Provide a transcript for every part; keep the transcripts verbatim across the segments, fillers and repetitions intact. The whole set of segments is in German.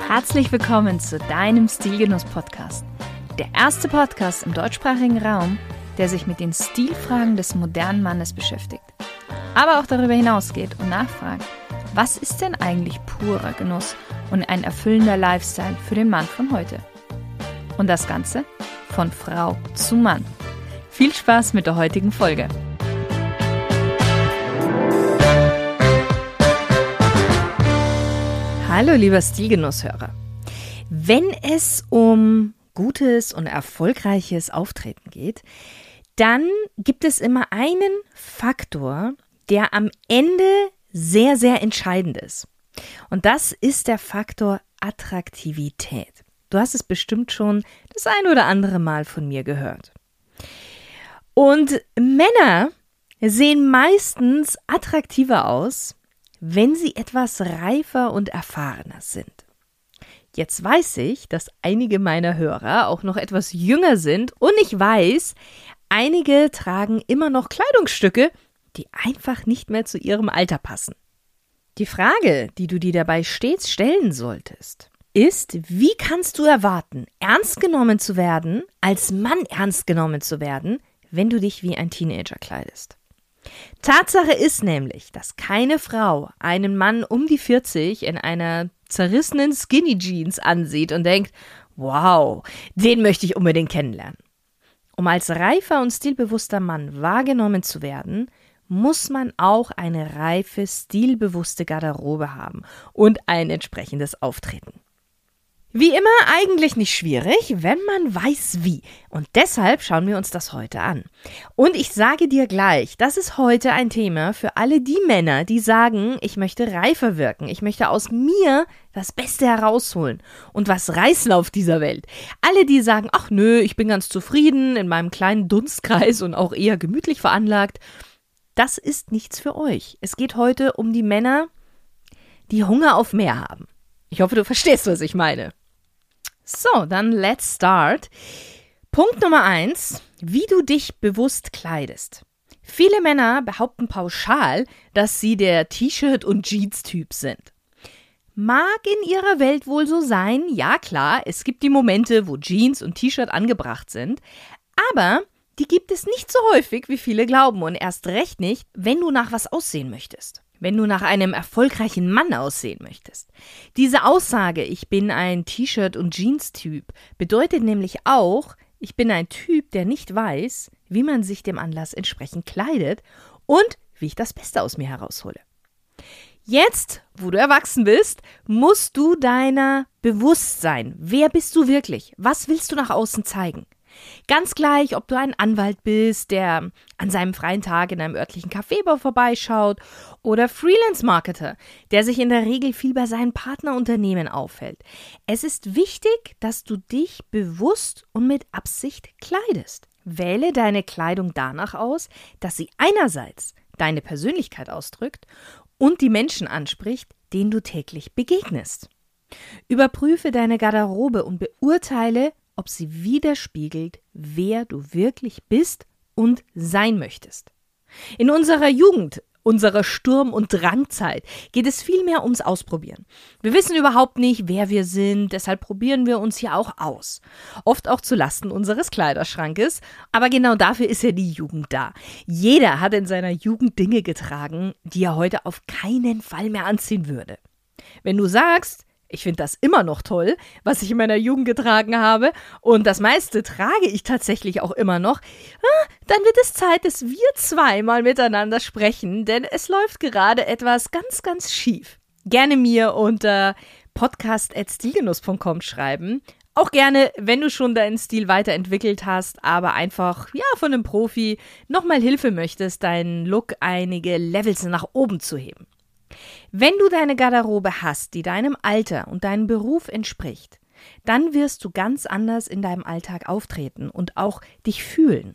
Herzlich willkommen zu deinem Stilgenuss-Podcast. Der erste Podcast im deutschsprachigen Raum, der sich mit den Stilfragen des modernen Mannes beschäftigt. Aber auch darüber hinausgeht und nachfragt, was ist denn eigentlich purer Genuss und ein erfüllender Lifestyle für den Mann von heute? Und das Ganze von Frau zu Mann. Viel Spaß mit der heutigen Folge. Hallo lieber Stilgenusshörer. Wenn es um gutes und erfolgreiches Auftreten geht, dann gibt es immer einen Faktor, der am Ende sehr, sehr entscheidend ist. Und das ist der Faktor Attraktivität. Du hast es bestimmt schon das ein oder andere Mal von mir gehört. Und Männer sehen meistens attraktiver aus, wenn sie etwas reifer und erfahrener sind. Jetzt weiß ich, dass einige meiner Hörer auch noch etwas jünger sind und ich weiß, einige tragen immer noch Kleidungsstücke, die einfach nicht mehr zu ihrem Alter passen. Die Frage, die du dir dabei stets stellen solltest, ist, wie kannst du erwarten, ernst genommen zu werden, als Mann ernst genommen zu werden, wenn du dich wie ein Teenager kleidest? Tatsache ist nämlich, dass keine Frau einen Mann um die vierzig in einer zerrissenen Skinny Jeans ansieht und denkt, wow, den möchte ich unbedingt kennenlernen. Um als reifer und stilbewusster Mann wahrgenommen zu werden, muss man auch eine reife, stilbewusste Garderobe haben und ein entsprechendes Auftreten. Wie immer eigentlich nicht schwierig, wenn man weiß wie. Und deshalb schauen wir uns das heute an. Und ich sage dir gleich, das ist heute ein Thema für alle die Männer, die sagen, ich möchte reifer wirken, ich möchte aus mir das Beste herausholen und was reißen auf dieser Welt. Alle, die sagen, ach nö, ich bin ganz zufrieden in meinem kleinen Dunstkreis und auch eher gemütlich veranlagt, das ist nichts für euch. Es geht heute um die Männer, die Hunger auf mehr haben. Ich hoffe, du verstehst, was ich meine. So, dann let's start. Punkt Nummer eins, wie du dich bewusst kleidest. Viele Männer behaupten pauschal, dass sie der T-Shirt- und Jeans-Typ sind. Mag in ihrer Welt wohl so sein, ja klar, es gibt die Momente, wo Jeans und T-Shirt angebracht sind, aber die gibt es nicht so häufig, wie viele glauben und erst recht nicht, wenn du nach was aussehen möchtest. Wenn du nach einem erfolgreichen Mann aussehen möchtest. Diese Aussage, ich bin ein T-Shirt- und Jeans-Typ, bedeutet nämlich auch, ich bin ein Typ, der nicht weiß, wie man sich dem Anlass entsprechend kleidet und wie ich das Beste aus mir heraushole. Jetzt, wo du erwachsen bist, musst du deiner bewusst sein. Wer bist du wirklich? Was willst du nach außen zeigen? Ganz gleich, ob du ein Anwalt bist, der an seinem freien Tag in einem örtlichen Kaffeebar vorbeischaut oder Freelance-Marketer, der sich in der Regel viel bei seinen Partnerunternehmen aufhält. Es ist wichtig, dass du dich bewusst und mit Absicht kleidest. Wähle deine Kleidung danach aus, dass sie einerseits deine Persönlichkeit ausdrückt und die Menschen anspricht, denen du täglich begegnest. Überprüfe deine Garderobe und beurteile, ob sie widerspiegelt, wer du wirklich bist und sein möchtest. In unserer Jugend, unserer Sturm- und Drangzeit, geht es vielmehr ums Ausprobieren. Wir wissen überhaupt nicht, wer wir sind, deshalb probieren wir uns hier auch aus. Oft auch zu Lasten unseres Kleiderschrankes, aber genau dafür ist ja die Jugend da. Jeder hat in seiner Jugend Dinge getragen, die er heute auf keinen Fall mehr anziehen würde. Wenn du sagst, ich finde das immer noch toll, was ich in meiner Jugend getragen habe und das meiste trage ich tatsächlich auch immer noch, dann wird es Zeit, dass wir zwei mal miteinander sprechen, denn es läuft gerade etwas ganz, ganz schief. Gerne mir unter podcast at stilgenuss punkt com schreiben. Auch gerne, wenn du schon deinen Stil weiterentwickelt hast, aber einfach ja von einem Profi nochmal Hilfe möchtest, deinen Look einige Levels nach oben zu heben. Wenn du deine Garderobe hast, die deinem Alter und deinem Beruf entspricht, dann wirst du ganz anders in deinem Alltag auftreten und auch dich fühlen.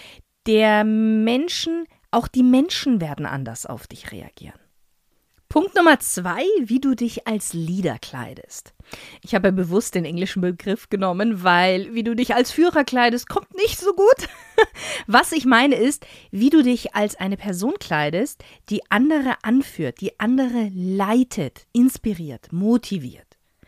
Der Menschen, auch die Menschen werden anders auf dich reagieren. Punkt Nummer zwei, wie du dich als Leader kleidest. Ich habe bewusst den englischen Begriff genommen, weil wie du dich als Führer kleidest, kommt nicht so gut. Was ich meine ist, wie du dich als eine Person kleidest, die andere anführt, die andere leitet, inspiriert, motiviert.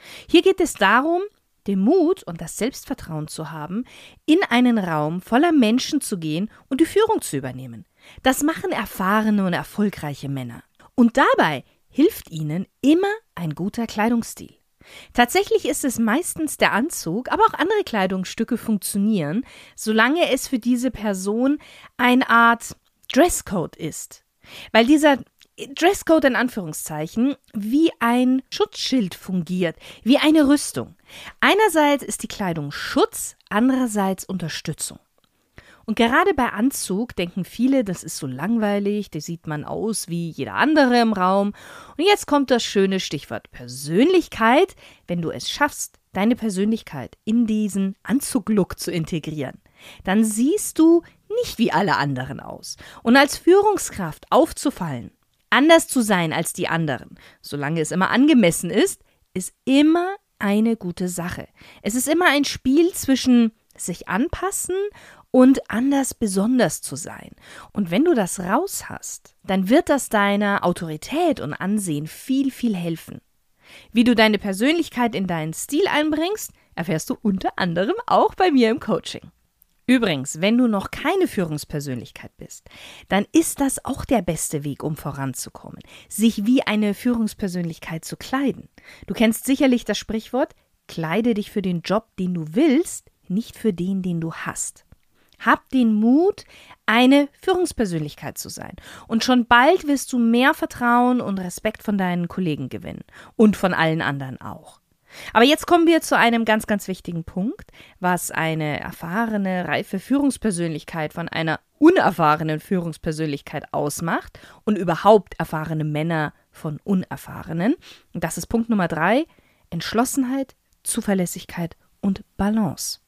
Hier geht es darum, den Mut und das Selbstvertrauen zu haben, in einen Raum voller Menschen zu gehen und die Führung zu übernehmen. Das machen erfahrene und erfolgreiche Männer. Und dabei hilft ihnen immer ein guter Kleidungsstil. Tatsächlich ist es meistens der Anzug, aber auch andere Kleidungsstücke funktionieren, solange es für diese Person eine Art Dresscode ist. Weil dieser Dresscode in Anführungszeichen wie ein Schutzschild fungiert, wie eine Rüstung. Einerseits ist die Kleidung Schutz, andererseits Unterstützung. Und gerade bei Anzug denken viele, das ist so langweilig, da sieht man aus wie jeder andere im Raum. Und jetzt kommt das schöne Stichwort Persönlichkeit, wenn du es schaffst, deine Persönlichkeit in diesen Anzuglook zu integrieren. Dann siehst du nicht wie alle anderen aus. Und als Führungskraft aufzufallen, anders zu sein als die anderen, solange es immer angemessen ist, ist immer eine gute Sache. Es ist immer ein Spiel zwischen sich anpassen und anders besonders zu sein. Und wenn du das raus hast, dann wird das deiner Autorität und Ansehen viel, viel helfen. Wie du deine Persönlichkeit in deinen Stil einbringst, erfährst du unter anderem auch bei mir im Coaching. Übrigens, wenn du noch keine Führungspersönlichkeit bist, dann ist das auch der beste Weg, um voranzukommen, sich wie eine Führungspersönlichkeit zu kleiden. Du kennst sicherlich das Sprichwort, kleide dich für den Job, den du willst, nicht für den, den du hast. Hab den Mut, eine Führungspersönlichkeit zu sein. Und schon bald wirst du mehr Vertrauen und Respekt von deinen Kollegen gewinnen. Und von allen anderen auch. Aber jetzt kommen wir zu einem ganz, ganz wichtigen Punkt, was eine erfahrene, reife Führungspersönlichkeit von einer unerfahrenen Führungspersönlichkeit ausmacht und überhaupt erfahrene Männer von unerfahrenen. Und das ist Punkt Nummer drei, Entschlossenheit, Zuverlässigkeit und Balance.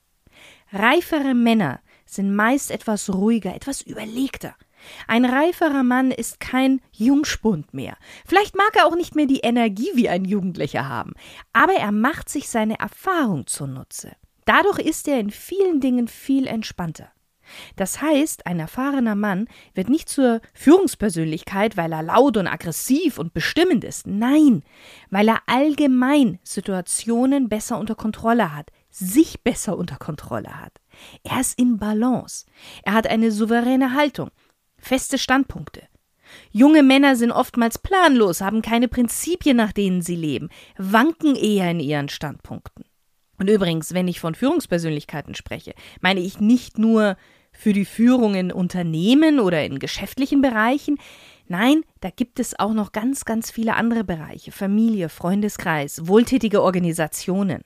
Reifere Männer sind meist etwas ruhiger, etwas überlegter. Ein reiferer Mann ist kein Jungspund mehr. Vielleicht mag er auch nicht mehr die Energie wie ein Jugendlicher haben, aber er macht sich seine Erfahrung zunutze. Dadurch ist er in vielen Dingen viel entspannter. Das heißt, ein erfahrener Mann wird nicht zur Führungspersönlichkeit, weil er laut und aggressiv und bestimmend ist. Nein, weil er allgemein Situationen besser unter Kontrolle hat, sich besser unter Kontrolle hat. Er ist in Balance. Er hat eine souveräne Haltung, feste Standpunkte. Junge Männer sind oftmals planlos, haben keine Prinzipien, nach denen sie leben, wanken eher in ihren Standpunkten. Und übrigens, wenn ich von Führungspersönlichkeiten spreche, meine ich nicht nur für die Führung in Unternehmen oder in geschäftlichen Bereichen. Nein, da gibt es auch noch ganz, ganz viele andere Bereiche. Familie, Freundeskreis, wohltätige Organisationen.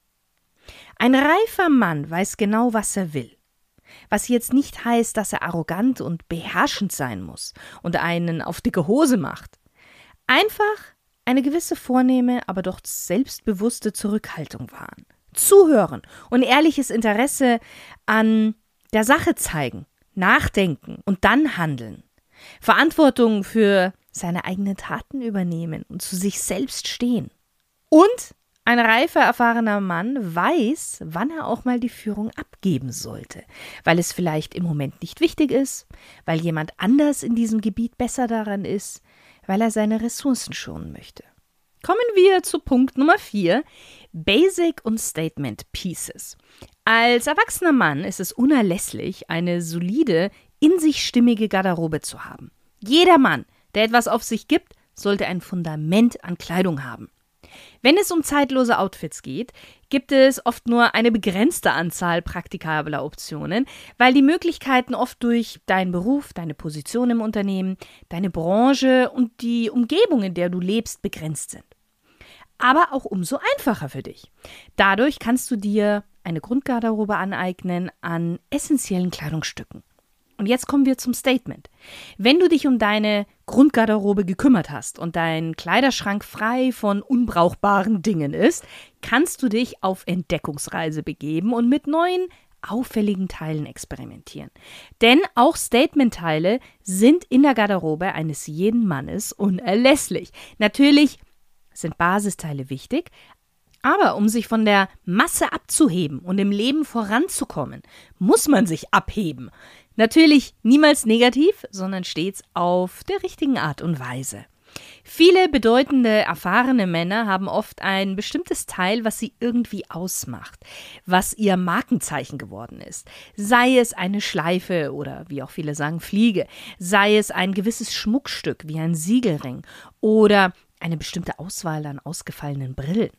Ein reifer Mann weiß genau, was er will. Was jetzt nicht heißt, dass er arrogant und beherrschend sein muss und einen auf dicke Hose macht. Einfach eine gewisse vornehme, aber doch selbstbewusste Zurückhaltung wahren. Zuhören und ehrliches Interesse an der Sache zeigen, nachdenken und dann handeln. Verantwortung für seine eigenen Taten übernehmen und zu sich selbst stehen. Und ein reifer, erfahrener Mann weiß, wann er auch mal die Führung abgeben sollte, weil es vielleicht im Moment nicht wichtig ist, weil jemand anders in diesem Gebiet besser daran ist, weil er seine Ressourcen schonen möchte. Kommen wir zu Punkt Nummer vier, Basic und Statement Pieces. Als erwachsener Mann ist es unerlässlich, eine solide, in sich stimmige Garderobe zu haben. Jeder Mann, der etwas auf sich gibt, sollte ein Fundament an Kleidung haben. Wenn es um zeitlose Outfits geht, gibt es oft nur eine begrenzte Anzahl praktikabler Optionen, weil die Möglichkeiten oft durch deinen Beruf, deine Position im Unternehmen, deine Branche und die Umgebung, in der du lebst, begrenzt sind. Aber auch umso einfacher für dich. Dadurch kannst du dir eine Grundgarderobe aneignen an essentiellen Kleidungsstücken. Und jetzt kommen wir zum Statement. Wenn du dich um deine Grundgarderobe gekümmert hast und dein Kleiderschrank frei von unbrauchbaren Dingen ist, kannst du dich auf Entdeckungsreise begeben und mit neuen, auffälligen Teilen experimentieren. Denn auch Statement-Teile sind in der Garderobe eines jeden Mannes unerlässlich. Natürlich sind Basisteile wichtig, aber um sich von der Masse abzuheben und im Leben voranzukommen, muss man sich abheben. Natürlich niemals negativ, sondern stets auf der richtigen Art und Weise. Viele bedeutende, erfahrene Männer haben oft ein bestimmtes Teil, was sie irgendwie ausmacht, was ihr Markenzeichen geworden ist. Sei es eine Schleife oder wie auch viele sagen Fliege, sei es ein gewisses Schmuckstück wie ein Siegelring oder eine bestimmte Auswahl an ausgefallenen Brillen.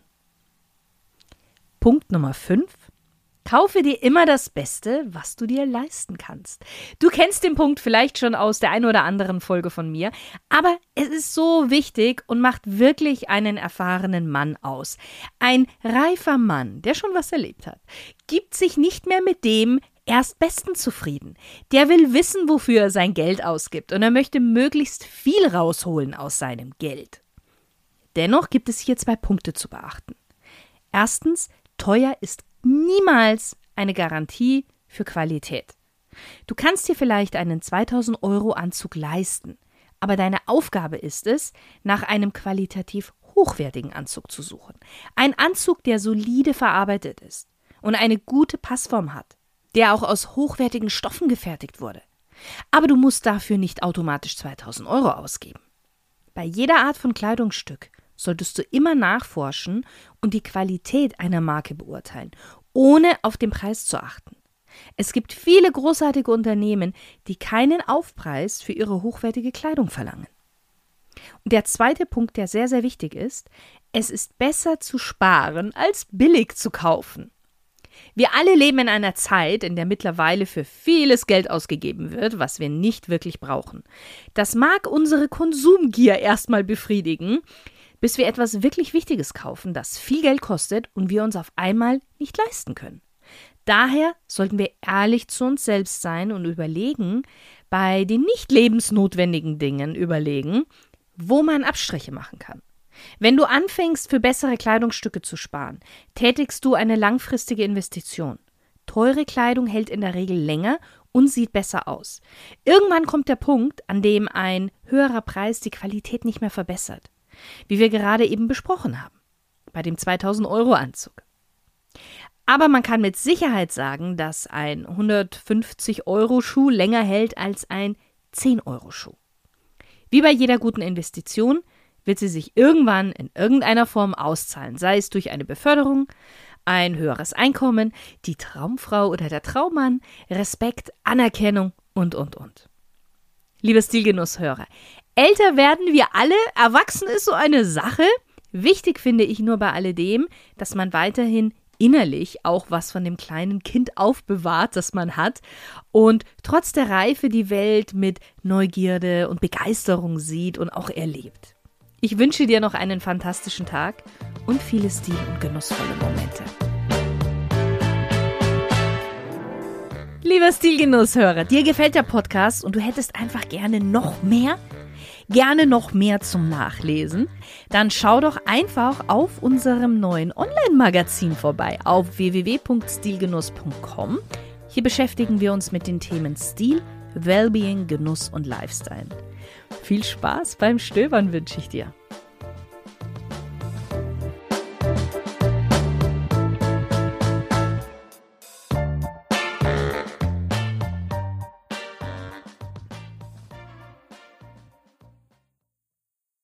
Punkt Nummer fünf. Kaufe dir immer das Beste, was du dir leisten kannst. Du kennst den Punkt vielleicht schon aus der einen oder anderen Folge von mir, aber es ist so wichtig und macht wirklich einen erfahrenen Mann aus. Ein reifer Mann, der schon was erlebt hat, gibt sich nicht mehr mit dem Erstbesten zufrieden. Der will wissen, wofür er sein Geld ausgibt und er möchte möglichst viel rausholen aus seinem Geld. Dennoch gibt es hier zwei Punkte zu beachten. Erstens, teuer ist niemals eine Garantie für Qualität. Du kannst dir vielleicht einen zweitausend Euro Anzug leisten, aber deine Aufgabe ist es, nach einem qualitativ hochwertigen Anzug zu suchen. Ein Anzug, der solide verarbeitet ist und eine gute Passform hat, der auch aus hochwertigen Stoffen gefertigt wurde. Aber du musst dafür nicht automatisch zweitausend Euro ausgeben. Bei jeder Art von Kleidungsstück solltest du immer nachforschen und die Qualität einer Marke beurteilen, ohne auf den Preis zu achten. Es gibt viele großartige Unternehmen, die keinen Aufpreis für ihre hochwertige Kleidung verlangen. Und der zweite Punkt, der sehr, sehr wichtig ist, es ist besser zu sparen, als billig zu kaufen. Wir alle leben in einer Zeit, in der mittlerweile für vieles Geld ausgegeben wird, was wir nicht wirklich brauchen. Das mag unsere Konsumgier erstmal befriedigen, bis wir etwas wirklich Wichtiges kaufen, das viel Geld kostet und wir uns auf einmal nicht leisten können. Daher sollten wir ehrlich zu uns selbst sein und überlegen, bei den nicht lebensnotwendigen Dingen überlegen, wo man Abstriche machen kann. Wenn du anfängst, für bessere Kleidungsstücke zu sparen, tätigst du eine langfristige Investition. Teure Kleidung hält in der Regel länger und sieht besser aus. Irgendwann kommt der Punkt, an dem ein höherer Preis die Qualität nicht mehr verbessert. Wie wir gerade eben besprochen haben, bei dem zweitausend Euro Anzug. Aber man kann mit Sicherheit sagen, dass ein hundertfünfzig Euro Schuh länger hält als ein zehn Euro Schuh. Wie bei jeder guten Investition wird sie sich irgendwann in irgendeiner Form auszahlen, sei es durch eine Beförderung, ein höheres Einkommen, die Traumfrau oder der Traummann, Respekt, Anerkennung und, und, und. Liebe Stilgenusshörer, älter werden wir alle, erwachsen ist so eine Sache. Wichtig finde ich nur bei alledem, dass man weiterhin innerlich auch was von dem kleinen Kind aufbewahrt, das man hat und trotz der Reife die Welt mit Neugierde und Begeisterung sieht und auch erlebt. Ich wünsche dir noch einen fantastischen Tag und viele stil- und genussvolle Momente. Lieber Stilgenusshörer, dir gefällt der Podcast und du hättest einfach gerne noch mehr? Gerne noch mehr zum Nachlesen? Dann schau doch einfach auf unserem neuen Online-Magazin vorbei auf w w w punkt stilgenuss punkt com. Hier beschäftigen wir uns mit den Themen Stil, Wellbeing, Genuss und Lifestyle. Viel Spaß beim Stöbern wünsche ich dir.